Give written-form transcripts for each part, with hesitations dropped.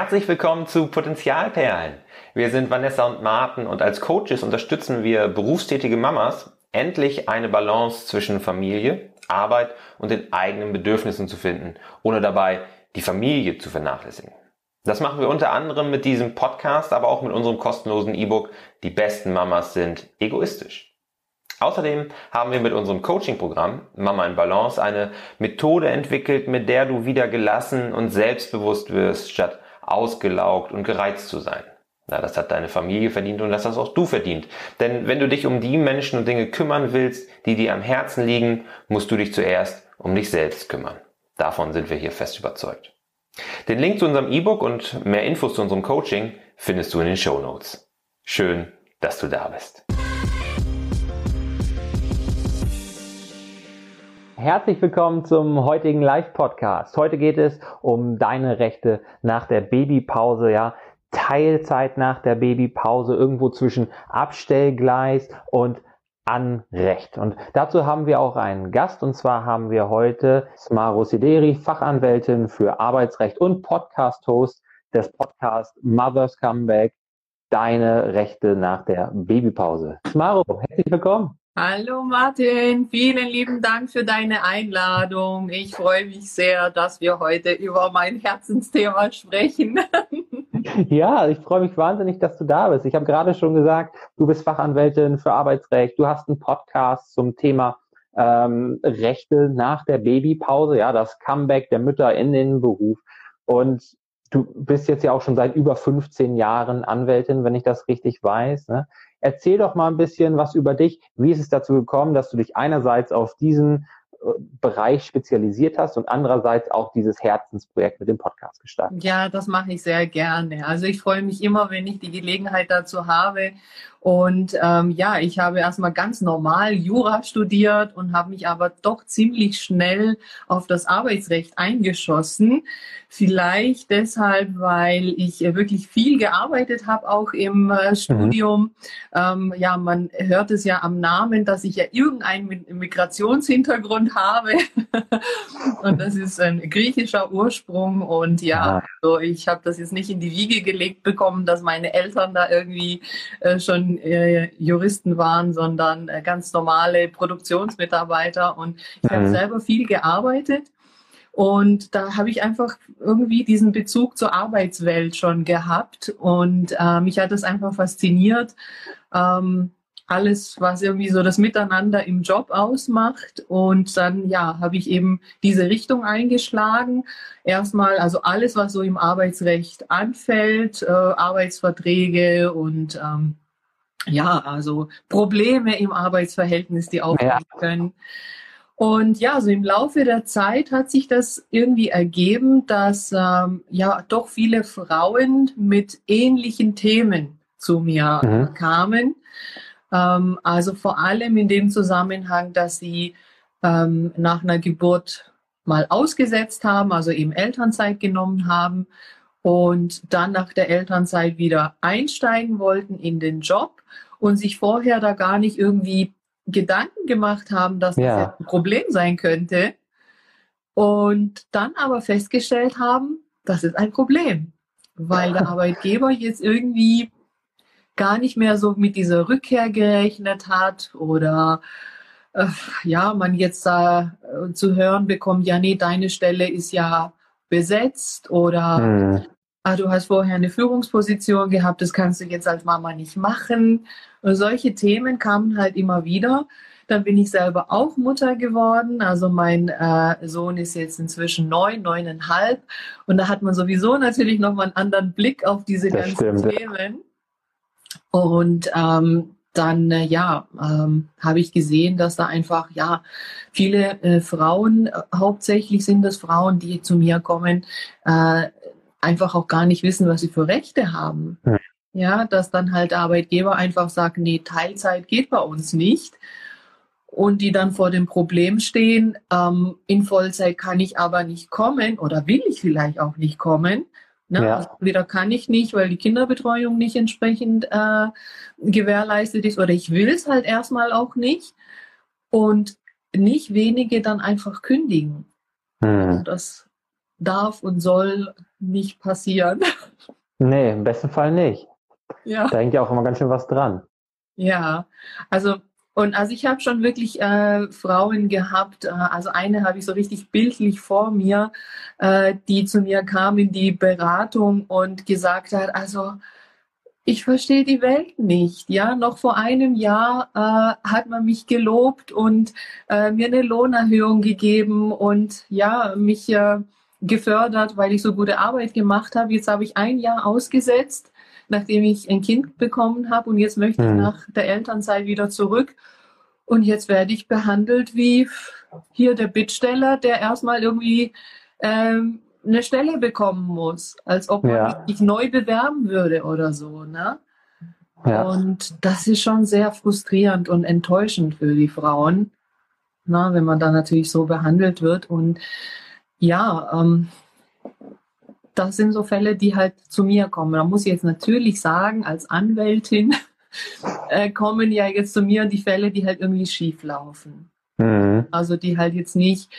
Herzlich willkommen zu Potenzialperlen. Wir sind Vanessa und Martin und als Coaches unterstützen wir berufstätige Mamas, endlich eine Balance zwischen Familie, Arbeit und den eigenen Bedürfnissen zu finden, ohne dabei die Familie zu vernachlässigen. Das machen wir unter anderem mit diesem Podcast, aber auch mit unserem kostenlosen E-Book Die besten Mamas sind egoistisch. Außerdem haben wir mit unserem Coaching-Programm Mama in Balance eine Methode entwickelt, mit der du wieder gelassen und selbstbewusst wirst, statt ausgelaugt und gereizt zu sein. Na, das hat deine Familie verdient und das hast auch du verdient. Denn wenn du dich um die Menschen und Dinge kümmern willst, die dir am Herzen liegen, musst du dich zuerst um dich selbst kümmern. Davon sind wir hier fest überzeugt. Den Link zu unserem E-Book und mehr Infos zu unserem Coaching findest du in den Shownotes. Schön, dass du da bist. Herzlich willkommen zum heutigen Live-Podcast. Heute geht es um deine Rechte nach der Babypause, ja. Teilzeit nach der Babypause, irgendwo zwischen Abstellgleis und Anrecht. Und dazu haben wir auch einen Gast, und zwar haben wir heute Smaro Sideri, Fachanwältin für Arbeitsrecht und Podcast-Host des Podcasts Mother's Comeback, deine Rechte nach der Babypause. Smaro, herzlich willkommen. Hallo Martin, vielen lieben Dank für deine Einladung. Ich freue mich sehr, dass wir heute über mein Herzensthema sprechen. Ja, ich freue mich wahnsinnig, dass du da bist. Ich habe gerade schon gesagt, du bist Fachanwältin für Arbeitsrecht. Du hast einen Podcast zum Thema Rechte nach der Babypause, ja, das Comeback der Mütter in den Beruf. Und du bist jetzt ja auch schon seit über 15 Jahren Anwältin, wenn ich das richtig weiß, ne? Erzähl doch mal ein bisschen was über dich. Wie ist es dazu gekommen, dass du dich einerseits auf diesen Bereich spezialisiert hast und andererseits auch dieses Herzensprojekt mit dem Podcast gestartet? Ja, das mache ich sehr gerne. Also ich freue mich immer, wenn ich die Gelegenheit dazu habe. Und ja, ich habe erstmal ganz normal Jura studiert und habe mich aber doch ziemlich schnell auf das Arbeitsrecht eingeschossen. Vielleicht deshalb, weil ich wirklich viel gearbeitet habe, auch im Studium. Ja, man hört es ja am Namen, dass ich ja irgendeinen Migrationshintergrund habe. Und das ist ein griechischer Ursprung. Und ja, also ich habe das jetzt nicht in die Wiege gelegt bekommen, dass meine Eltern da irgendwie schon Juristen waren, sondern ganz normale Produktionsmitarbeiter. Und ich habe selber viel gearbeitet. Und da habe ich einfach irgendwie diesen Bezug zur Arbeitswelt schon gehabt. Und mich hat das einfach fasziniert. Alles, was irgendwie so das Miteinander im Job ausmacht. Und dann, ja, habe ich eben diese Richtung eingeschlagen. Erstmal, also alles, was so im Arbeitsrecht anfällt, Arbeitsverträge und ja, also Probleme im Arbeitsverhältnis, die auftreten können. Und ja, so im Laufe der Zeit hat sich das irgendwie ergeben, dass ja doch viele Frauen mit ähnlichen Themen zu mir kamen. Also vor allem in dem Zusammenhang, dass sie nach einer Geburt mal ausgesetzt haben, also eben Elternzeit genommen haben und dann nach der Elternzeit wieder einsteigen wollten in den Job und sich vorher da gar nicht irgendwie Gedanken gemacht haben, dass das jetzt ein Problem sein könnte und dann aber festgestellt haben, das ist ein Problem, weil der Arbeitgeber jetzt irgendwie gar nicht mehr so mit dieser Rückkehr gerechnet hat oder ja, man jetzt da zu hören bekommt, ja nee, deine Stelle ist ja besetzt oder du hast vorher eine Führungsposition gehabt, das kannst du jetzt als Mama nicht machen. Und solche Themen kamen halt immer wieder. Dann bin ich selber auch Mutter geworden. Also mein Sohn ist jetzt inzwischen 9,5. Und da hat man sowieso natürlich nochmal einen anderen Blick auf diese ganzen Themen. Und dann habe ich gesehen, dass da einfach viele Frauen, hauptsächlich sind das Frauen, die zu mir kommen, einfach auch gar nicht wissen, was sie für Rechte haben. Ja, dass dann halt der Arbeitgeber einfach sagt, nee, Teilzeit geht bei uns nicht. Und die dann vor dem Problem stehen, in Vollzeit kann ich aber nicht kommen oder will ich vielleicht auch nicht kommen. Ne? Also wieder kann ich nicht, weil die Kinderbetreuung nicht entsprechend gewährleistet ist oder ich will es halt erstmal auch nicht. Und nicht wenige dann einfach kündigen. Und das darf und soll nicht passieren. Nee, im besten Fall nicht. Ja. Da hängt ja auch immer ganz schön was dran. Ja, also ich habe schon wirklich Frauen gehabt, also eine habe ich so richtig bildlich vor mir, die zu mir kam in die Beratung und gesagt hat, also ich verstehe die Welt nicht. Ja, noch vor einem Jahr hat man mich gelobt und mir eine Lohnerhöhung gegeben und ja, mich gefördert, weil ich so gute Arbeit gemacht habe. Jetzt habe ich ein Jahr ausgesetzt, nachdem ich ein Kind bekommen habe und jetzt möchte ich nach der Elternzeit wieder zurück. Und jetzt werde ich behandelt wie hier der Bittsteller, der erstmal irgendwie eine Stelle bekommen muss, als ob man sich neu bewerben würde oder so, ne? Ja. Und das ist schon sehr frustrierend und enttäuschend für die Frauen, na, wenn man dann natürlich so behandelt wird. Und ja, das sind so Fälle, die halt zu mir kommen. Da muss ich jetzt natürlich sagen, als Anwältin kommen ja jetzt zu mir die Fälle, die halt irgendwie schief laufen. Also die halt jetzt nicht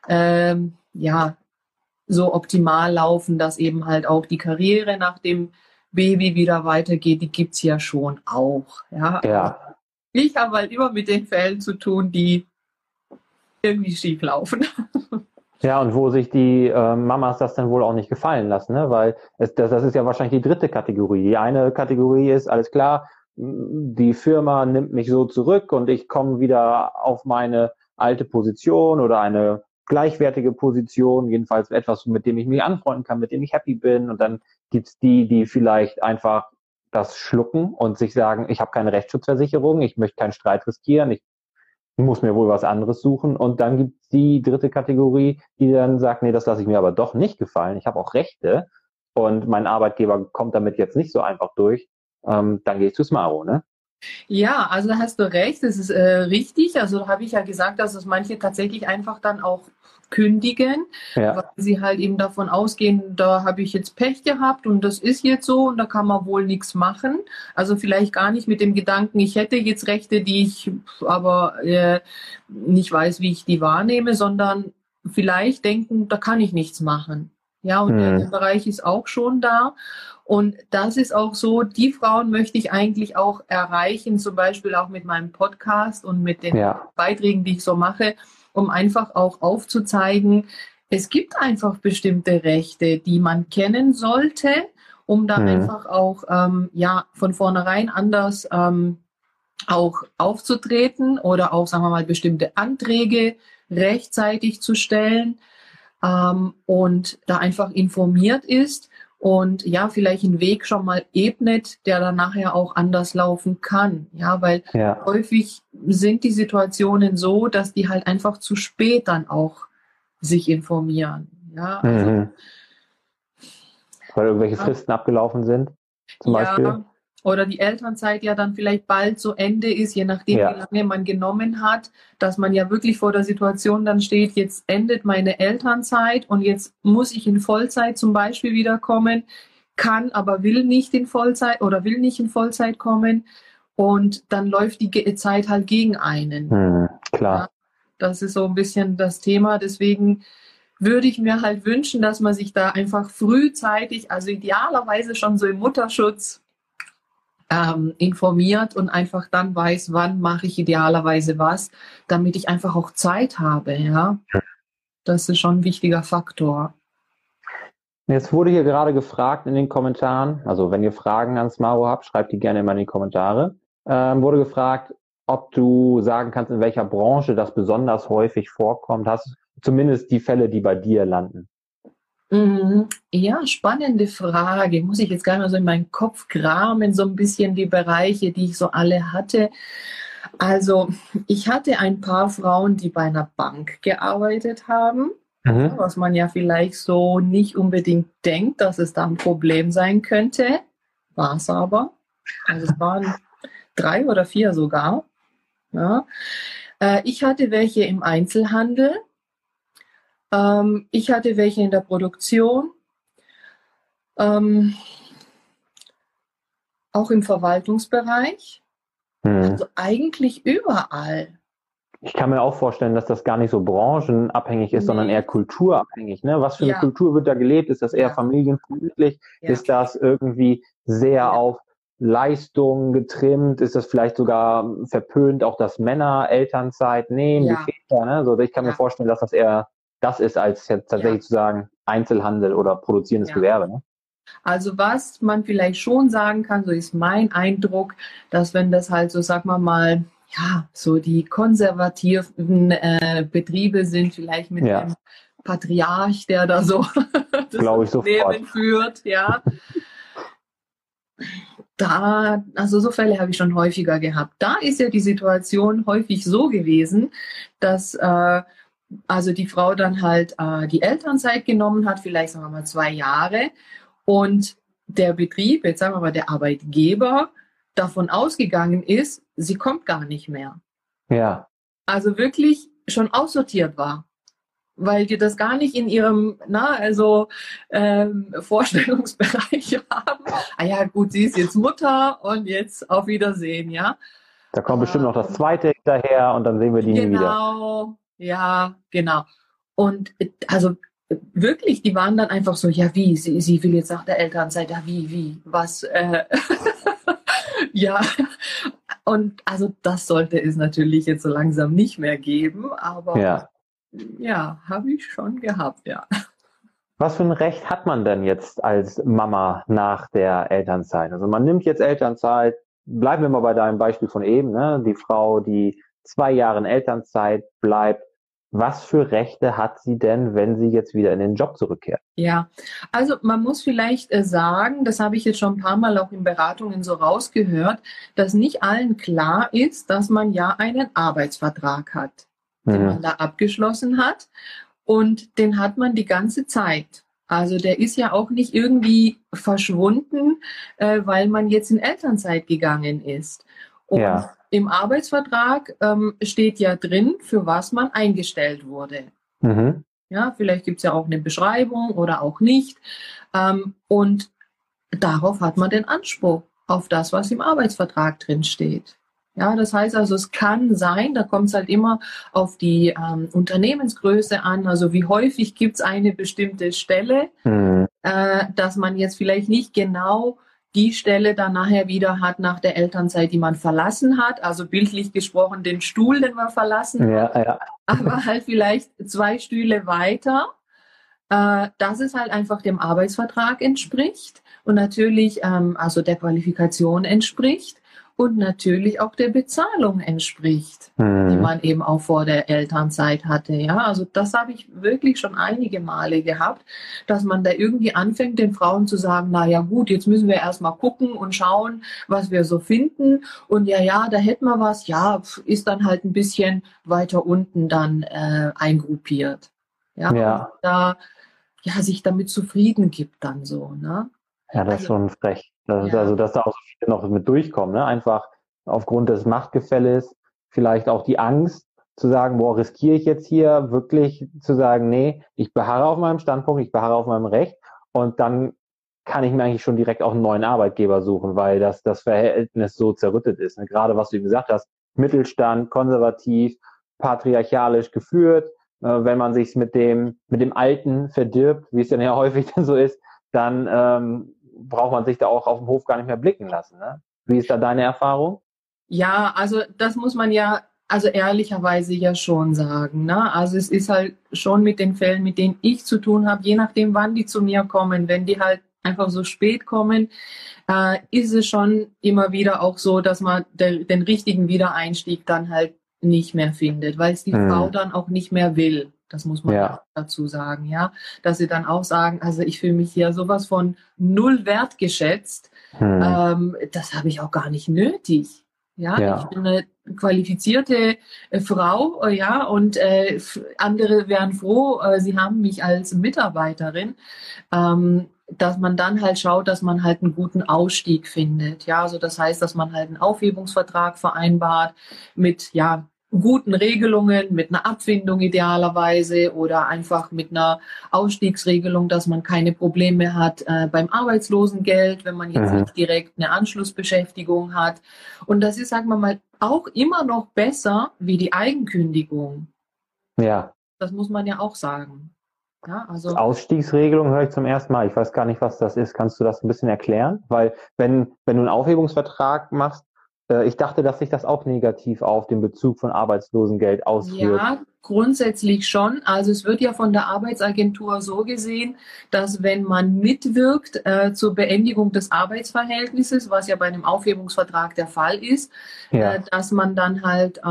so optimal laufen, dass eben halt auch die Karriere nach dem Baby wieder weitergeht, die gibt's ja schon auch. Ja. Ich habe halt immer mit den Fällen zu tun, die irgendwie schief laufen. Ja, und wo sich die Mamas das dann wohl auch nicht gefallen lassen, ne? Weil das ist ja wahrscheinlich die dritte Kategorie. Die eine Kategorie ist, alles klar, die Firma nimmt mich so zurück und ich komme wieder auf meine alte Position oder eine gleichwertige Position, jedenfalls etwas, mit dem ich mich anfreunden kann, mit dem ich happy bin. Und dann gibt's die vielleicht einfach das schlucken und sich sagen, ich habe keine Rechtsschutzversicherung, ich möchte keinen Streit riskieren, ich muss mir wohl was anderes suchen. Und dann gibt's die dritte Kategorie, die dann sagt, nee, das lasse ich mir aber doch nicht gefallen. Ich habe auch Rechte und mein Arbeitgeber kommt damit jetzt nicht so einfach durch. Dann gehe ich zu Smaro, ne? Ja, also da hast du recht, das ist richtig. Also da habe ich ja gesagt, dass es manche tatsächlich einfach dann auch kündigen, weil sie halt eben davon ausgehen, da habe ich jetzt Pech gehabt und das ist jetzt so und da kann man wohl nichts machen. Also vielleicht gar nicht mit dem Gedanken, ich hätte jetzt Rechte, die ich aber nicht weiß, wie ich die wahrnehme, sondern vielleicht denken, da kann ich nichts machen. Ja, und der Bereich ist auch schon da. Und das ist auch so, die Frauen möchte ich eigentlich auch erreichen, zum Beispiel auch mit meinem Podcast und mit den Beiträgen, die ich so mache, um einfach auch aufzuzeigen, es gibt einfach bestimmte Rechte, die man kennen sollte, um da einfach auch von vornherein anders auch aufzutreten oder auch, sagen wir mal, bestimmte Anträge rechtzeitig zu stellen und da einfach informiert ist und ja, vielleicht einen Weg schon mal ebnet, der dann nachher auch anders laufen kann. Ja, weil häufig sind die Situationen so, dass die halt einfach zu spät dann auch sich informieren. Ja, also, weil irgendwelche Fristen abgelaufen sind, zum Beispiel. Oder die Elternzeit ja dann vielleicht bald zu Ende ist, je nachdem, wie lange man genommen hat, dass man ja wirklich vor der Situation dann steht, jetzt endet meine Elternzeit und jetzt muss ich in Vollzeit zum Beispiel wiederkommen, kann, aber will nicht in Vollzeit oder will nicht in Vollzeit kommen und dann läuft die Zeit halt gegen einen. Klar. Ja, das ist so ein bisschen das Thema, deswegen würde ich mir halt wünschen, dass man sich da einfach frühzeitig, also idealerweise schon so im Mutterschutz, informiert und einfach dann weiß, wann mache ich idealerweise was, damit ich einfach auch Zeit habe, ja. Das ist schon ein wichtiger Faktor. Jetzt wurde hier gerade gefragt in den Kommentaren, also wenn ihr Fragen an Smaro habt, schreibt die gerne immer in die Kommentare, wurde gefragt, ob du sagen kannst, in welcher Branche das besonders häufig vorkommt. Hast du zumindest die Fälle, die bei dir landen? Ja, spannende Frage. Muss ich jetzt gar nicht mal so in meinen Kopf kramen, so ein bisschen die Bereiche, die ich so alle hatte. Also ich hatte ein paar Frauen, die bei einer Bank gearbeitet haben, was man ja vielleicht so nicht unbedingt denkt, dass es da ein Problem sein könnte. War es aber. Also es waren 3 oder 4 sogar. Ja. Ich hatte welche im Einzelhandel. Ich hatte welche in der Produktion, auch im Verwaltungsbereich, also eigentlich überall. Ich kann mir auch vorstellen, dass das gar nicht so branchenabhängig ist, sondern eher kulturabhängig. Ne? Was für eine Kultur wird da gelebt? Ist das eher familienfreundlich? Ist das irgendwie sehr auf Leistung getrimmt? Ist das vielleicht sogar verpönt, auch dass Männer Elternzeit nehmen, die Väter? Ne? So, ich kann mir vorstellen, dass das eher das ist, als jetzt tatsächlich zu sagen Einzelhandel oder produzierendes Gewerbe. Ne? Also was man vielleicht schon sagen kann, so ist mein Eindruck, dass wenn das halt so, sagen wir mal, ja, so die konservativen Betriebe sind, vielleicht mit einem Patriarch, der da so das Leben führt, ja. Da, also so Fälle habe ich schon häufiger gehabt. Da ist ja die Situation häufig so gewesen, dass also die Frau dann halt die Elternzeit genommen hat, vielleicht sagen wir mal 2 Jahre, und der Betrieb, jetzt sagen wir mal der Arbeitgeber, davon ausgegangen ist, sie kommt gar nicht mehr. Ja. Also wirklich schon aussortiert war, weil die das gar nicht in ihrem Vorstellungsbereich haben. Ah ja, gut, sie ist jetzt Mutter und jetzt auf Wiedersehen, ja. Da kommt bestimmt noch das zweite hinterher und dann sehen wir die nie wieder. Genau, ja, genau. Und also wirklich, die waren dann einfach so, ja wie, sie will jetzt nach der Elternzeit, ja wie, was, ja. Und also das sollte es natürlich jetzt so langsam nicht mehr geben, aber ja, habe ich schon gehabt, ja. Was für ein Recht hat man denn jetzt als Mama nach der Elternzeit? Also man nimmt jetzt Elternzeit, bleiben wir mal bei deinem Beispiel von eben, ne? Die Frau, die 2 Jahre in Elternzeit bleibt. Was für Rechte hat sie denn, wenn sie jetzt wieder in den Job zurückkehrt? Ja, also man muss vielleicht sagen, das habe ich jetzt schon ein paar Mal auch in Beratungen so rausgehört, dass nicht allen klar ist, dass man ja einen Arbeitsvertrag hat, den man da abgeschlossen hat, und den hat man die ganze Zeit. Also der ist ja auch nicht irgendwie verschwunden, weil man jetzt in Elternzeit gegangen ist. Und im Arbeitsvertrag steht ja drin, für was man eingestellt wurde. Ja, vielleicht gibt es ja auch eine Beschreibung oder auch nicht. Und darauf hat man den Anspruch, auf das, was im Arbeitsvertrag drin steht. Ja, das heißt also, es kann sein, da kommt es halt immer auf die Unternehmensgröße an, also wie häufig gibt es eine bestimmte Stelle, dass man jetzt vielleicht nicht genau die Stelle dann nachher wieder hat nach der Elternzeit, die man verlassen hat, also bildlich gesprochen den Stuhl, den man verlassen hat, aber halt vielleicht 2 Stühle weiter, dass es halt einfach dem Arbeitsvertrag entspricht und natürlich also der Qualifikation entspricht und natürlich auch der Bezahlung entspricht, die man eben auch vor der Elternzeit hatte. Ja, also das habe ich wirklich schon einige Male gehabt, dass man da irgendwie anfängt, den Frauen zu sagen, na ja gut, jetzt müssen wir erstmal gucken und schauen, was wir so finden. Und ja, da hätten wir was, ja, ist dann halt ein bisschen weiter unten dann eingruppiert. Ja. Da sich damit zufrieden gibt dann so, ne? Ja, das ist schon frech. Also, dass da auch so viele noch mit durchkommen, ne? Einfach aufgrund des Machtgefälles, vielleicht auch die Angst zu sagen, boah, riskiere ich jetzt hier wirklich zu sagen, nee, ich beharre auf meinem Standpunkt, ich beharre auf meinem Recht und dann kann ich mir eigentlich schon direkt auch einen neuen Arbeitgeber suchen, weil das Verhältnis so zerrüttet ist. Ne? Gerade was du eben gesagt hast, Mittelstand, konservativ, patriarchalisch geführt, wenn man sich mit dem Alten verdirbt, wie es dann ja häufig so ist, dann braucht man sich da auch auf dem Hof gar nicht mehr blicken lassen. Ne? Wie ist da deine Erfahrung? Ja, also das muss man ja also ehrlicherweise ja schon sagen. Ne? Also es ist halt schon mit den Fällen, mit denen ich zu tun habe, je nachdem, wann die zu mir kommen, wenn die halt einfach so spät kommen, ist es schon immer wieder auch so, dass man den richtigen Wiedereinstieg dann halt nicht mehr findet, weil es die Frau dann auch nicht mehr will. Das muss man auch dazu sagen, ja, dass sie dann auch sagen, also ich fühle mich hier sowas von null wertgeschätzt, das habe ich auch gar nicht nötig. Ja, ich bin eine qualifizierte Frau, ja, und andere wären froh, sie haben mich als Mitarbeiterin, dass man dann halt schaut, dass man halt einen guten Ausstieg findet. Ja, also das heißt, dass man halt einen Aufhebungsvertrag vereinbart mit, guten Regelungen, mit einer Abfindung idealerweise oder einfach mit einer Ausstiegsregelung, dass man keine Probleme hat beim Arbeitslosengeld, wenn man jetzt nicht direkt eine Anschlussbeschäftigung hat. Und das ist, sagen wir mal, auch immer noch besser wie die Eigenkündigung. Ja. Das muss man ja auch sagen. Ja, also Ausstiegsregelung höre ich zum ersten Mal. Ich weiß gar nicht, was das ist. Kannst du das ein bisschen erklären? Weil wenn du einen Aufhebungsvertrag machst, ich dachte, dass sich das auch negativ auf den Bezug von Arbeitslosengeld auswirkt. ja, grundsätzlich schon. Also es wird ja von der Arbeitsagentur so gesehen, dass wenn man mitwirkt zur Beendigung des Arbeitsverhältnisses, was ja bei einem Aufhebungsvertrag der Fall ist, dass man dann halt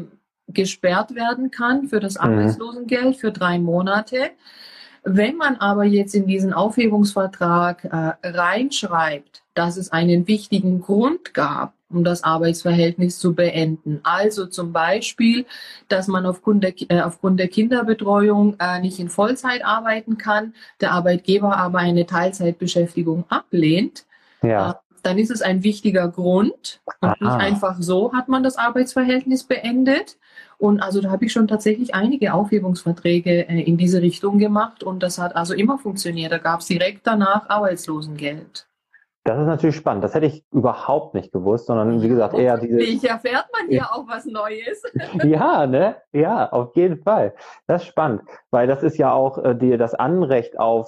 gesperrt werden kann für das Arbeitslosengeld für 3 Monate. Wenn man aber jetzt in diesen Aufhebungsvertrag reinschreibt, dass es einen wichtigen Grund gab, um das Arbeitsverhältnis zu beenden. Also zum Beispiel, dass man aufgrund der Kinderbetreuung nicht in Vollzeit arbeiten kann, der Arbeitgeber aber eine Teilzeitbeschäftigung ablehnt, dann ist es ein wichtiger Grund. Und nicht einfach so hat man das Arbeitsverhältnis beendet. Und also da habe ich schon tatsächlich einige Aufhebungsverträge in diese Richtung gemacht und das hat also immer funktioniert. Da gab es direkt danach Arbeitslosengeld. Das ist natürlich spannend. Das hätte ich überhaupt nicht gewusst, sondern wie gesagt eher diese. Erfährt man hier auch was Neues. Ja, ne? Ja, auf jeden Fall. Das ist spannend, weil das ist ja auch das Anrecht auf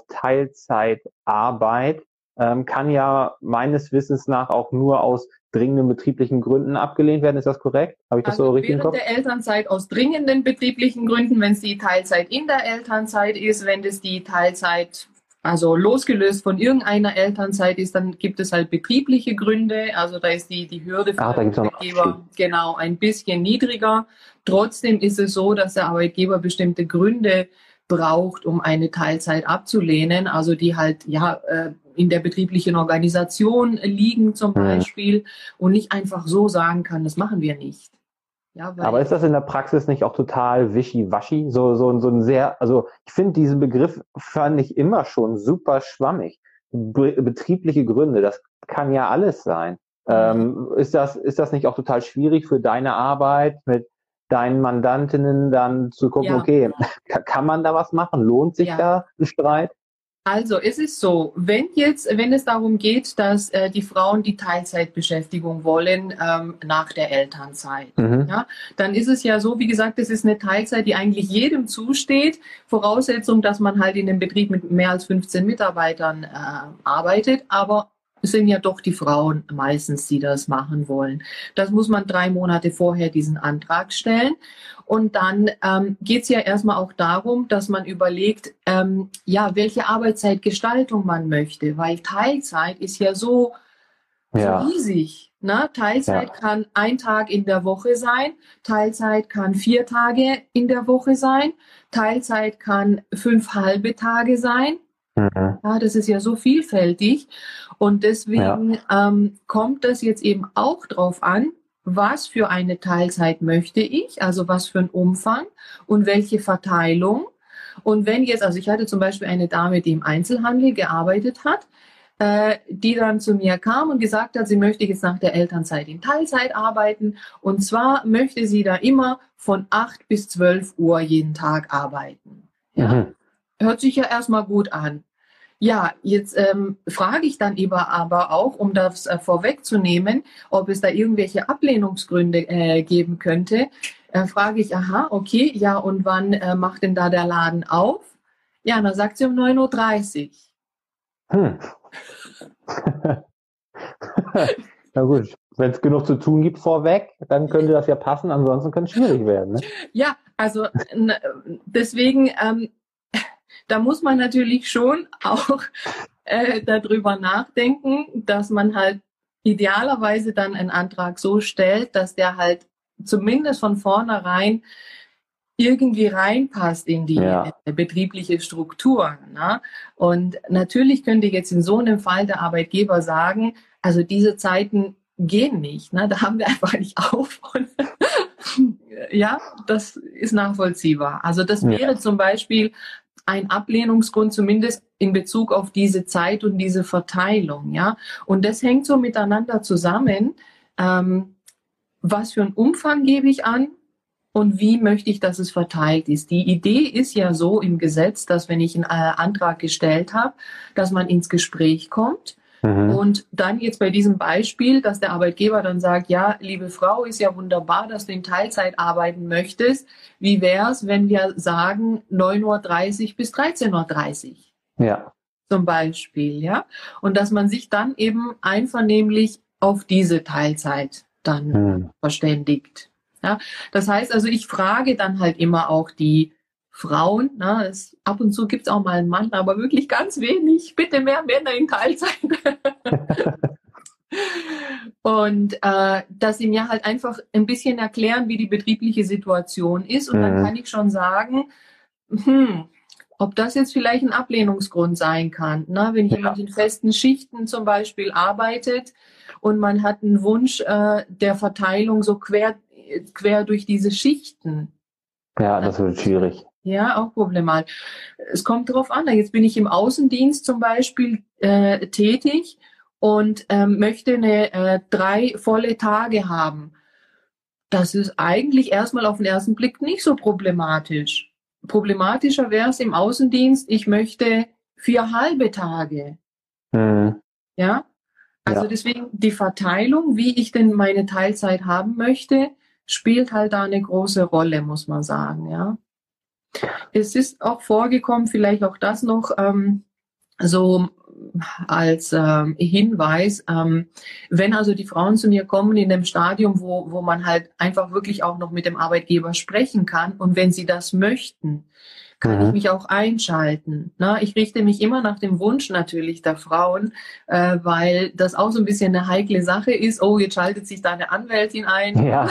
Teilzeitarbeit kann ja meines Wissens nach auch nur aus dringenden betrieblichen Gründen abgelehnt werden. Ist das korrekt? Habe ich das so richtig im Kopf? Während der Elternzeit aus dringenden betrieblichen Gründen, wenn es die Teilzeit in der Elternzeit ist, wenn es die Teilzeit also losgelöst von irgendeiner Elternzeit ist, dann gibt es halt betriebliche Gründe. Also da ist die Hürde für den Arbeitgeber genau ein bisschen niedriger. Trotzdem ist es so, dass der Arbeitgeber bestimmte Gründe braucht, um eine Teilzeit abzulehnen. Also die halt in der betrieblichen Organisation liegen zum Beispiel und nicht einfach so sagen kann, das machen wir nicht. Ja, aber ist das in der Praxis nicht auch total wischiwaschi? So ein sehr, also ich finde diesen Begriff fand ich immer schon super schwammig. Betriebliche Gründe, das kann ja alles sein. Ist das nicht auch total schwierig für deine Arbeit mit deinen Mandantinnen dann zu gucken, okay, kann man da was machen? Lohnt sich da ein Streit? Also es ist so, wenn es darum geht, dass die Frauen die Teilzeitbeschäftigung wollen nach der Elternzeit, dann ist es ja so, wie gesagt, es ist eine Teilzeit, die eigentlich jedem zusteht. Voraussetzung, dass man halt in einem Betrieb mit mehr als 15 Mitarbeitern arbeitet, aber es sind ja doch die Frauen meistens, die das machen wollen. Das muss man 3 Monate vorher diesen Antrag stellen. Und dann geht es ja erstmal auch darum, dass man überlegt, welche Arbeitszeitgestaltung man möchte. Weil Teilzeit ist ja so riesig. Ne? Teilzeit kann 1 Tag in der Woche sein. Teilzeit kann 4 Tage in der Woche sein. Teilzeit kann 5 halbe Tage sein. Ja, das ist ja so vielfältig und deswegen kommt das jetzt eben auch drauf an, was für eine Teilzeit möchte ich, also was für ein Umfang und welche Verteilung. Und wenn jetzt, also ich hatte zum Beispiel eine Dame, die im Einzelhandel gearbeitet hat, die dann zu mir kam und gesagt hat, sie möchte jetzt nach der Elternzeit in Teilzeit arbeiten und zwar möchte sie da immer von 8 bis 12 Uhr jeden Tag arbeiten. Ja. Hört sich ja erstmal gut an. Ja, jetzt frage ich dann aber auch, um das vorwegzunehmen, ob es da irgendwelche Ablehnungsgründe geben könnte. Frage ich, okay, ja, und wann macht denn da der Laden auf? Ja, dann sagt sie um 9:30 Uhr. Na gut, wenn es genug zu tun gibt vorweg, dann könnte das ja passen, ansonsten könnte es schwierig werden. Ne? Ja, also deswegen, da muss man natürlich schon auch darüber nachdenken, dass man halt idealerweise dann einen Antrag so stellt, dass der halt zumindest von vornherein irgendwie reinpasst in die betriebliche Struktur. Ne? Und natürlich könnte jetzt in so einem Fall der Arbeitgeber sagen, also diese Zeiten gehen nicht. Ne? Da haben wir einfach nicht auf. Und ja, das ist nachvollziehbar. Also das wäre zum Beispiel ein Ablehnungsgrund, zumindest in Bezug auf diese Zeit und diese Verteilung. Ja? Und das hängt so miteinander zusammen. Was für einen Umfang gebe ich an? und wie möchte ich, dass es verteilt ist. Die Idee ist ja so im Gesetz, dass wenn ich einen Antrag gestellt habe, dass man ins Gespräch kommt. Und dann jetzt bei diesem Beispiel, dass der Arbeitgeber dann sagt, ja, liebe Frau, ist ja wunderbar, dass du in Teilzeit arbeiten möchtest. Wie wäre es, wenn wir sagen 9:30 Uhr bis 13:30 Uhr? Ja. Zum Beispiel, ja. Und dass man sich dann eben einvernehmlich auf diese Teilzeit dann verständigt. Ja. Das heißt also, ich frage dann halt immer auch die Frauen, ab und zu gibt es auch mal einen Mann, aber wirklich ganz wenig. Bitte mehr Männer in Teilzeit. Und dass sie mir halt einfach ein bisschen erklären, wie die betriebliche Situation ist. Und dann kann ich schon sagen, ob das jetzt vielleicht ein Ablehnungsgrund sein kann. Wenn jemand in festen Schichten zum Beispiel arbeitet und man hat einen Wunsch der Verteilung so quer durch diese Schichten. Ja, das wird schwierig. Ja, auch problematisch. Es kommt darauf an. Jetzt bin ich im Außendienst zum Beispiel tätig und möchte 3 volle Tage haben. Das ist eigentlich erstmal auf den ersten Blick nicht so problematisch. Problematischer wäre es im Außendienst, ich möchte 4 halbe Tage. Ja, also deswegen die Verteilung, wie ich denn meine Teilzeit haben möchte, spielt halt da eine große Rolle, muss man sagen, ja. Es ist auch vorgekommen, vielleicht auch das noch so als Hinweis, wenn also die Frauen zu mir kommen in dem Stadium, wo man halt einfach wirklich auch noch mit dem Arbeitgeber sprechen kann und wenn sie das möchten, kann ich mich auch einschalten. Ich richte mich immer nach dem Wunsch natürlich der Frauen, weil das auch so ein bisschen eine heikle Sache ist. Oh, jetzt schaltet sich da eine Anwältin ein. Ja.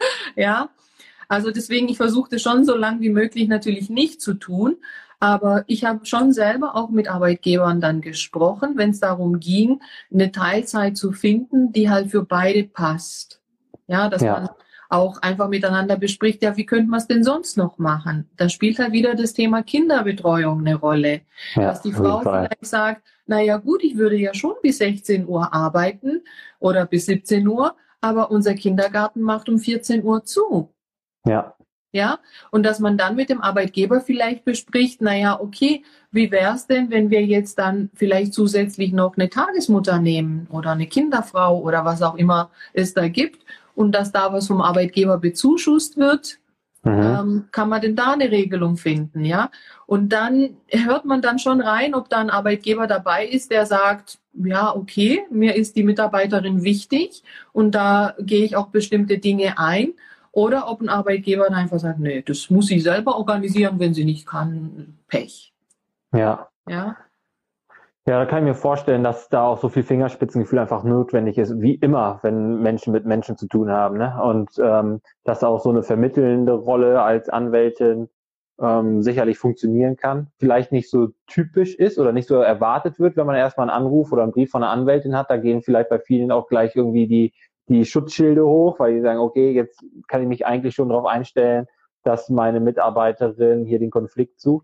Ja. Also deswegen, ich versuche das schon so lange wie möglich natürlich nicht zu tun, aber ich habe schon selber auch mit Arbeitgebern dann gesprochen, wenn es darum ging, eine Teilzeit zu finden, die halt für beide passt. Ja, dass man auch einfach miteinander bespricht, ja, wie könnte man es denn sonst noch machen? Da spielt halt wieder das Thema Kinderbetreuung eine Rolle. Ja, dass die Frau vielleicht sagt, naja gut, ich würde ja schon bis 16 Uhr arbeiten oder bis 17 Uhr, aber unser Kindergarten macht um 14 Uhr zu. Ja. Ja, und dass man dann mit dem Arbeitgeber vielleicht bespricht, naja, okay, wie wäre es denn, wenn wir jetzt dann vielleicht zusätzlich noch eine Tagesmutter nehmen oder eine Kinderfrau oder was auch immer es da gibt und dass da was vom Arbeitgeber bezuschusst wird, kann man denn da eine Regelung finden, ja? Und dann hört man dann schon rein, ob da ein Arbeitgeber dabei ist, der sagt, ja, okay, mir ist die Mitarbeiterin wichtig und da gehe ich auch bestimmte Dinge ein. Oder ob ein Arbeitgeber dann einfach sagt, nee, das muss sie selber organisieren, wenn sie nicht kann, Pech. Ja. Ja. Ja, da kann ich mir vorstellen, dass da auch so viel Fingerspitzengefühl einfach notwendig ist, wie immer, wenn Menschen mit Menschen zu tun haben, ne? Und dass auch so eine vermittelnde Rolle als Anwältin sicherlich funktionieren kann. Vielleicht nicht so typisch ist oder nicht so erwartet wird, wenn man erstmal einen Anruf oder einen Brief von einer Anwältin hat. Da gehen vielleicht bei vielen auch gleich irgendwie die Schutzschilde hoch, weil die sagen, okay, jetzt kann ich mich eigentlich schon darauf einstellen, dass meine Mitarbeiterin hier den Konflikt sucht.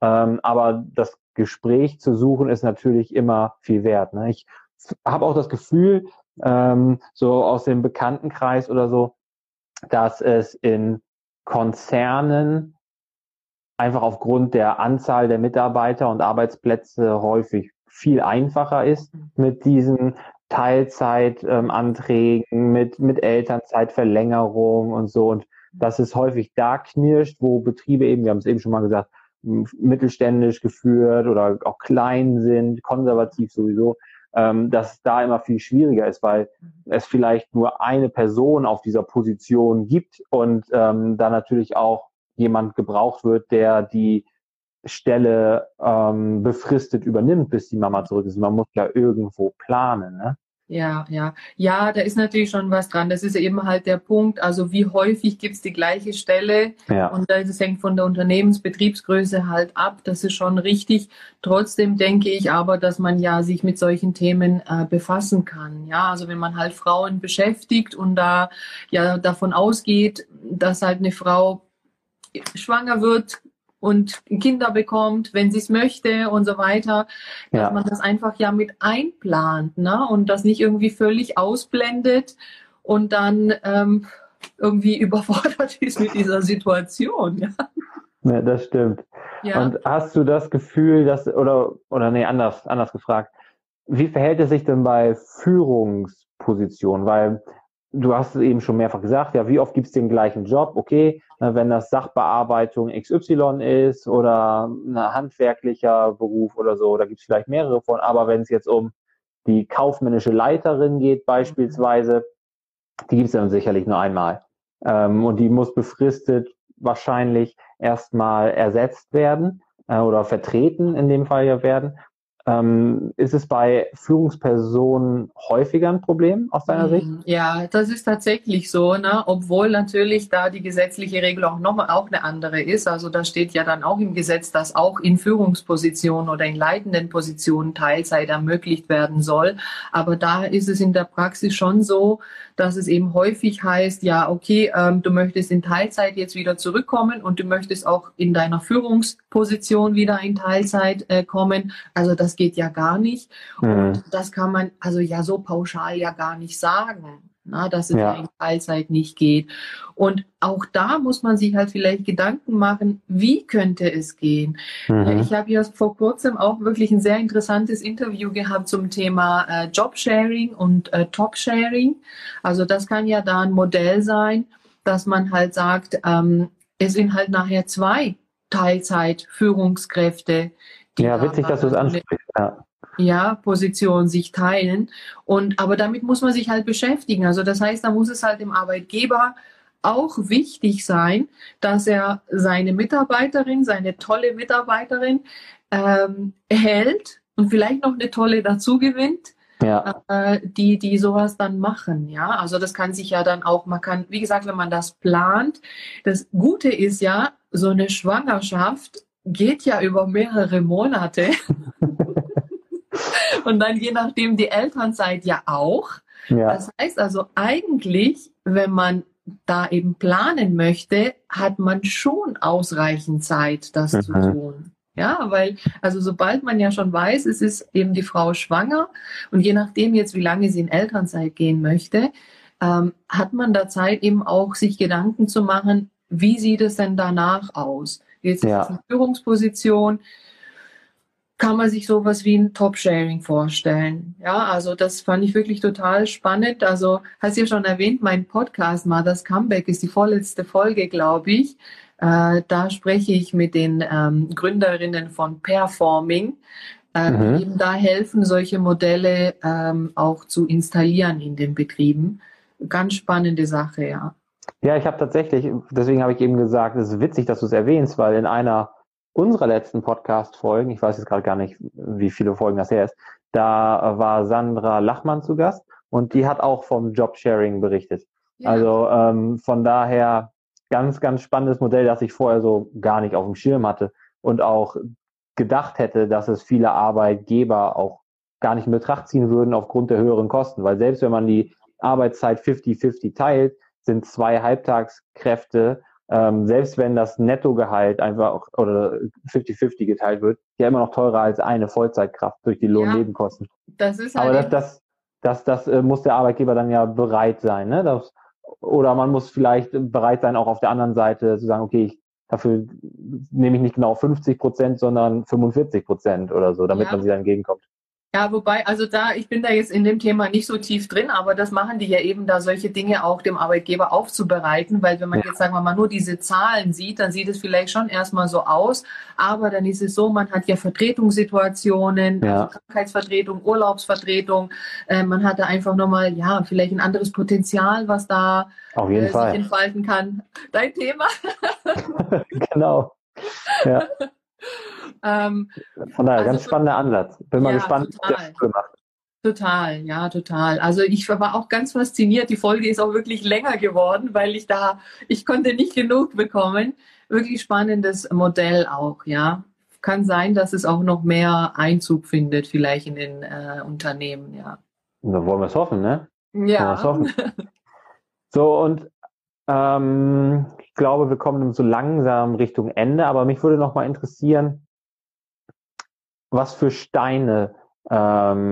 Aber das Gespräch zu suchen ist natürlich immer viel wert. Ne? Ich habe auch das Gefühl, so aus dem Bekanntenkreis oder so, dass es in Konzernen einfach aufgrund der Anzahl der Mitarbeiter und Arbeitsplätze häufig viel einfacher ist mit diesen Teilzeitanträgen, mit Elternzeitverlängerung und so. Und dass es häufig da knirscht, wo Betriebe eben, wir haben es eben schon mal gesagt, mittelständisch geführt oder auch klein sind, konservativ sowieso, dass es da immer viel schwieriger ist, weil es vielleicht nur eine Person auf dieser Position gibt und da natürlich auch jemand gebraucht wird, der die Stelle befristet übernimmt, bis die Mama zurück ist. Man muss ja irgendwo planen, ne? Ja, da ist natürlich schon was dran. Das ist eben halt der Punkt. Also wie häufig gibt's die gleiche Stelle? Ja. Und das hängt von der Unternehmensbetriebsgröße halt ab. Das ist schon richtig. Trotzdem denke ich aber, dass man ja sich mit solchen Themen befassen kann. Ja, also wenn man halt Frauen beschäftigt und da ja davon ausgeht, dass halt eine Frau schwanger wird und Kinder bekommt, wenn sie es möchte und so weiter, dass man das einfach ja mit einplant, ne? Und das nicht irgendwie völlig ausblendet und dann irgendwie überfordert ist mit dieser Situation. Ja, Ja, das stimmt. ja. Und hast du das Gefühl, dass, oder nee, anders gefragt, wie verhält es sich denn bei Führungspositionen? Weil du hast es eben schon mehrfach gesagt, ja, wie oft gibt es den gleichen Job? Okay, wenn das Sachbearbeitung XY ist oder ein handwerklicher Beruf oder so, da gibt es vielleicht mehrere von, aber wenn es jetzt um die kaufmännische Leiterin geht beispielsweise, die gibt es dann sicherlich nur einmal. Und die muss befristet wahrscheinlich erstmal ersetzt werden oder vertreten in dem Fall ja werden. Ist es bei Führungspersonen häufiger ein Problem aus deiner Sicht? Ja, das ist tatsächlich so, ne? Obwohl natürlich da die gesetzliche Regel auch eine andere ist. Also da steht ja dann auch im Gesetz, dass auch in Führungspositionen oder in leitenden Positionen Teilzeit ermöglicht werden soll. Aber da ist es in der Praxis schon so, dass es eben häufig heißt, ja, okay, du möchtest in Teilzeit jetzt wieder zurückkommen und du möchtest auch in deiner Führungsposition wieder in Teilzeit kommen. Also das geht ja gar nicht. Und das kann man also ja so pauschal ja gar nicht sagen, na, dass es ja in Teilzeit nicht geht. Und auch da muss man sich halt vielleicht Gedanken machen, wie könnte es gehen? Ich habe ja vor kurzem auch wirklich ein sehr interessantes Interview gehabt zum Thema Jobsharing und Top-Sharing. Also das kann ja da ein Modell sein, dass man halt sagt, es sind halt nachher 2 Teilzeit-Führungskräfte, die Ja, witzig, dass du es ansprichst. Ja, Position sich teilen. Aber damit muss man sich halt beschäftigen. Also das heißt, da muss es halt dem Arbeitgeber auch wichtig sein, dass er seine Mitarbeiterin, seine tolle Mitarbeiterin hält und vielleicht noch eine tolle dazu gewinnt, die sowas dann machen. Ja, also das kann sich ja dann auch, man kann, wie gesagt, wenn man das plant, das Gute ist ja, so eine Schwangerschaft geht ja über mehrere Monate. Und dann je nachdem die Elternzeit ja auch. Ja. Das heißt also eigentlich, wenn man da eben planen möchte, hat man schon ausreichend Zeit, das zu tun. Ja, weil, also sobald man ja schon weiß, es ist eben die Frau schwanger und je nachdem jetzt, wie lange sie in Elternzeit gehen möchte, hat man da Zeit eben auch, sich Gedanken zu machen, wie sieht es denn danach aus? Jetzt ist es eine Führungsposition, kann man sich sowas wie ein Top-Sharing vorstellen. Ja, also das fand ich wirklich total spannend. Also hast du ja schon erwähnt, mein Podcast Mother's Comeback ist die vorletzte Folge, glaube ich. Da spreche ich mit den Gründerinnen von Performing, die eben da helfen, solche Modelle auch zu installieren in den Betrieben. Ganz spannende Sache, ja. Ja, ich habe tatsächlich, deswegen habe ich eben gesagt, es ist witzig, dass du es erwähnst, weil in einer unserer letzten Podcast-Folgen, ich weiß jetzt gerade gar nicht, wie viele Folgen das her ist, da war Sandra Lachmann zu Gast und die hat auch vom Jobsharing berichtet. Ja. Also von daher ganz, ganz spannendes Modell, das ich vorher so gar nicht auf dem Schirm hatte und auch gedacht hätte, dass es viele Arbeitgeber auch gar nicht in Betracht ziehen würden aufgrund der höheren Kosten, weil selbst wenn man die Arbeitszeit 50-50 teilt, sind 2 Halbtagskräfte, selbst wenn das Nettogehalt einfach oder 50-50 geteilt wird, ja immer noch teurer als eine Vollzeitkraft durch die Lohnnebenkosten. Das ist halt aber das muss der Arbeitgeber dann ja bereit sein, ne? Oder man muss vielleicht bereit sein, auch auf der anderen Seite zu sagen, okay, dafür nehme ich nicht genau 50%, sondern 45% oder so, damit man sie dann entgegenkommt. Ja, wobei, also ich bin da jetzt in dem Thema nicht so tief drin, aber das machen die ja eben, da solche Dinge auch dem Arbeitgeber aufzubereiten, weil wenn man jetzt, sagen wir mal, nur diese Zahlen sieht, dann sieht es vielleicht schon erstmal so aus, aber dann ist es so, man hat ja Vertretungssituationen, also Krankheitsvertretung, Urlaubsvertretung, man hat da einfach nochmal, vielleicht ein anderes Potenzial, was da auf jeden Fall sich entfalten kann. Dein Thema? Genau, ja. Von daher, ganz spannender Ansatz. Bin mal gespannt, wie das gemacht. Total. Also ich war auch ganz fasziniert. Die Folge ist auch wirklich länger geworden, weil ich konnte nicht genug bekommen. Wirklich spannendes Modell auch, ja. Kann sein, dass es auch noch mehr Einzug findet, vielleicht in den Unternehmen, ja. Da wollen wir es hoffen, ne? Ja. So, und ich glaube, wir kommen so langsam Richtung Ende, aber mich würde noch mal interessieren, was für Steine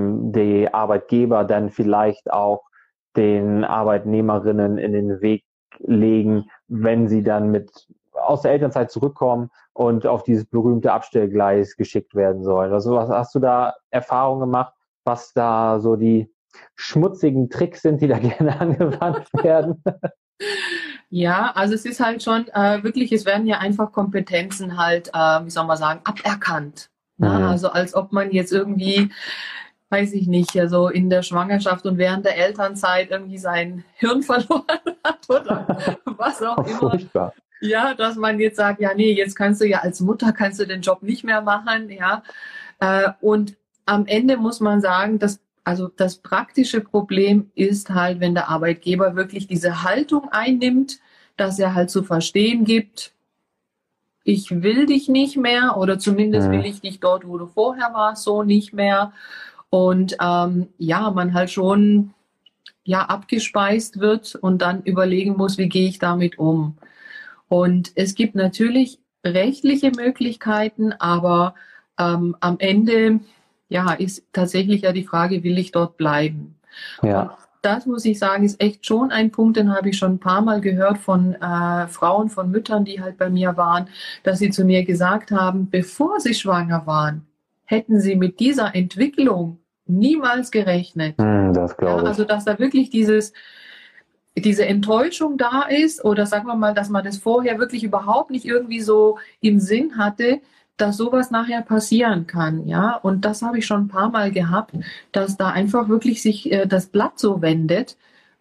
die Arbeitgeber dann vielleicht auch den Arbeitnehmerinnen in den Weg legen, wenn sie dann aus der Elternzeit zurückkommen und auf dieses berühmte Abstellgleis geschickt werden sollen? Also was hast du da Erfahrungen gemacht, was da so die schmutzigen Tricks sind, die da gerne angewandt werden? Ja, also es ist halt schon wirklich, es werden ja einfach Kompetenzen halt, wie soll man sagen, aberkannt. Ne? Also als ob man jetzt irgendwie, weiß ich nicht, ja so in der Schwangerschaft und während der Elternzeit irgendwie sein Hirn verloren hat oder was auch immer. Furchtbar. Ja, dass man jetzt sagt, ja, nee, jetzt kannst du ja als Mutter kannst du den Job nicht mehr machen, ja. Und am Ende muss man sagen, also das praktische Problem ist halt, wenn der Arbeitgeber wirklich diese Haltung einnimmt, dass er halt zu verstehen gibt, ich will dich nicht mehr oder zumindest will ich dich dort, wo du vorher warst, so nicht mehr. Und ja, man halt schon abgespeist wird und dann überlegen muss, wie gehe ich damit um. Und es gibt natürlich rechtliche Möglichkeiten, aber am Ende ist tatsächlich ja die Frage, will ich dort bleiben? Ja. Und das muss ich sagen, ist echt schon ein Punkt, den habe ich schon ein paar Mal gehört von Frauen, von Müttern, die halt bei mir waren, dass sie zu mir gesagt haben, bevor sie schwanger waren, hätten sie mit dieser Entwicklung niemals gerechnet. Das glaube ich. Also dass da wirklich diese Enttäuschung da ist oder sagen wir mal, dass man das vorher wirklich überhaupt nicht irgendwie so im Sinn hatte, dass sowas nachher passieren kann, ja. Und das habe ich schon ein paar Mal gehabt, dass da einfach wirklich sich das Blatt so wendet.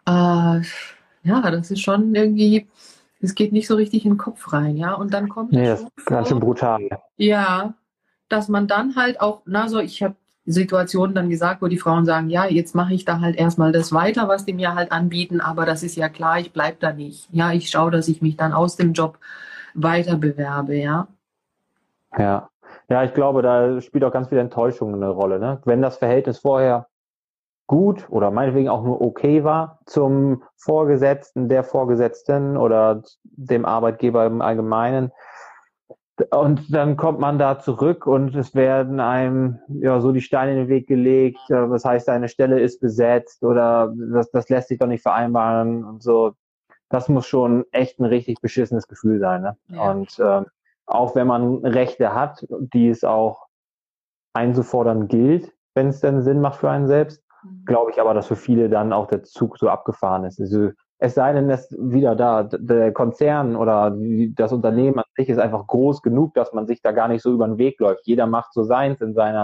Das ist schon irgendwie, es geht nicht so richtig in den Kopf rein, ja. Und dann kommt das ist ganz schön brutal. Ja, dass man dann halt auch, ich habe Situationen dann gesagt, wo die Frauen sagen, ja, jetzt mache ich da halt erstmal das weiter, was die mir halt anbieten, aber das ist ja klar, ich bleibe da nicht. Ja, ich schaue, dass ich mich dann aus dem Job weiter bewerbe, ja. Ja, ich glaube, da spielt auch ganz viel Enttäuschung eine Rolle, ne? Wenn das Verhältnis vorher gut oder meinetwegen auch nur okay war zum Vorgesetzten, der Vorgesetzten oder dem Arbeitgeber im Allgemeinen, und dann kommt man da zurück und es werden einem so die Steine in den Weg gelegt. Das heißt, eine Stelle ist besetzt oder das lässt sich doch nicht vereinbaren und so. Das muss schon echt ein richtig beschissenes Gefühl sein. Ne? Ja. Und auch wenn man Rechte hat, die es auch einzufordern gilt, wenn es denn Sinn macht für einen selbst, glaube ich aber, dass für viele dann auch der Zug so abgefahren ist. Also, es sei denn, dass wieder der Konzern oder das Unternehmen an sich ist einfach groß genug, dass man sich da gar nicht so über den Weg läuft. Jeder macht so seins in seiner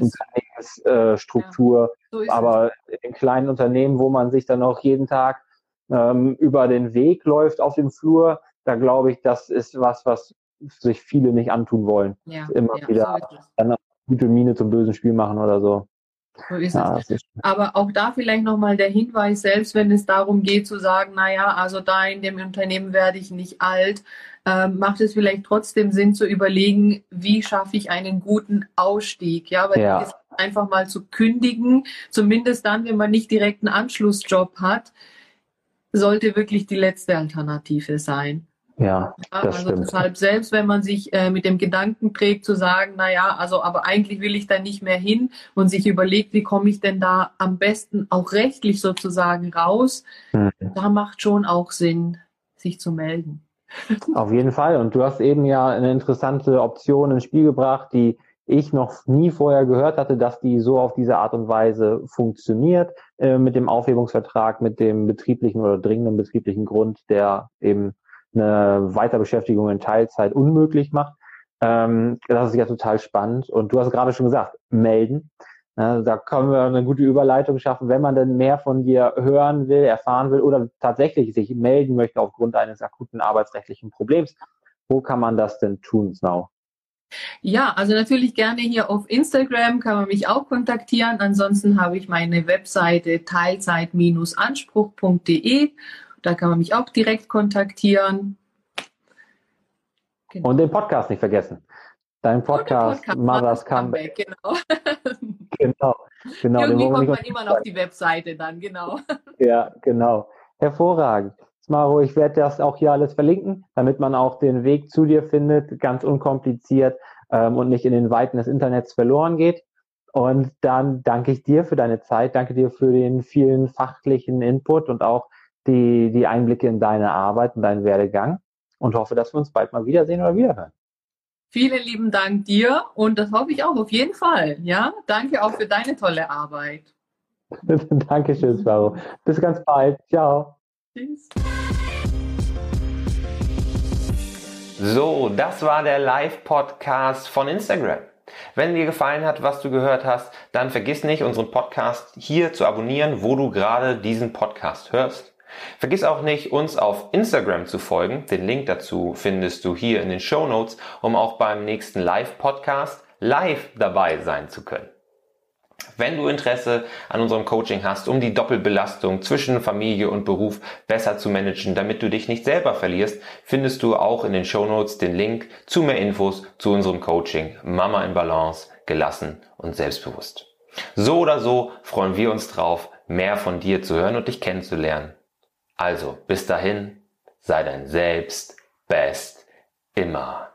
Unternehmensstruktur. Aber in kleinen Unternehmen, wo man sich dann auch jeden Tag über den Weg läuft auf dem Flur, da glaube ich, das ist was sich viele nicht antun wollen. Ja, immer wieder eine gute Miene zum bösen Spiel machen oder so. So ist es. Aber auch da vielleicht nochmal der Hinweis, selbst wenn es darum geht zu sagen, also da in dem Unternehmen werde ich nicht alt, macht es vielleicht trotzdem Sinn zu überlegen, wie schaffe ich einen guten Ausstieg, weil einfach mal zu kündigen, zumindest dann, wenn man nicht direkt einen Anschlussjob hat, sollte wirklich die letzte Alternative sein. Ja, das stimmt. Deshalb, selbst wenn man sich mit dem Gedanken trägt, zu sagen, aber eigentlich will ich da nicht mehr hin und sich überlegt, wie komme ich denn da am besten auch rechtlich sozusagen raus, da macht schon auch Sinn, sich zu melden. Auf jeden Fall. Und du hast eben ja eine interessante Option ins Spiel gebracht, die ich noch nie vorher gehört hatte, dass die so auf diese Art und Weise funktioniert, mit dem Aufhebungsvertrag, mit dem betrieblichen oder dringenden betrieblichen Grund, der eben eine Weiterbeschäftigung in Teilzeit unmöglich macht. Das ist ja total spannend. Und du hast gerade schon gesagt, melden. Da können wir eine gute Überleitung schaffen, wenn man denn mehr von dir hören will, erfahren will oder tatsächlich sich melden möchte aufgrund eines akuten arbeitsrechtlichen Problems. Wo kann man das denn tun, Snau? Ja, also natürlich gerne hier auf Instagram kann man mich auch kontaktieren. Ansonsten habe ich meine Webseite teilzeit-anspruch.de. Da kann man mich auch direkt kontaktieren. Genau. Und den Podcast nicht vergessen. Dein Podcast Mother's Comeback. Genau. Irgendwie kommt man immer noch auf die Webseite dann, genau. Ja, genau. Hervorragend. Smaro, ich werde das auch hier alles verlinken, damit man auch den Weg zu dir findet, ganz unkompliziert und nicht in den Weiten des Internets verloren geht. Und dann danke ich dir für deine Zeit, danke dir für den vielen fachlichen Input und auch die Einblicke in deine Arbeit und deinen Werdegang und hoffe, dass wir uns bald mal wiedersehen oder wiederhören. Vielen lieben Dank dir und das hoffe ich auch auf jeden Fall. Ja, danke auch für deine tolle Arbeit. Dankeschön, Svaro. Bis ganz bald. Ciao. Tschüss. So, das war der Live-Podcast von Instagram. Wenn dir gefallen hat, was du gehört hast, dann vergiss nicht, unseren Podcast hier zu abonnieren, wo du gerade diesen Podcast hörst. Vergiss auch nicht, uns auf Instagram zu folgen. Den Link dazu findest du hier in den Shownotes, um auch beim nächsten Live-Podcast live dabei sein zu können. Wenn du Interesse an unserem Coaching hast, um die Doppelbelastung zwischen Familie und Beruf besser zu managen, damit du dich nicht selber verlierst, findest du auch in den Shownotes den Link zu mehr Infos zu unserem Coaching Mama in Balance, gelassen und selbstbewusst. So oder so freuen wir uns drauf, mehr von dir zu hören und dich kennenzulernen. Also, bis dahin, sei dein Selbst best immer.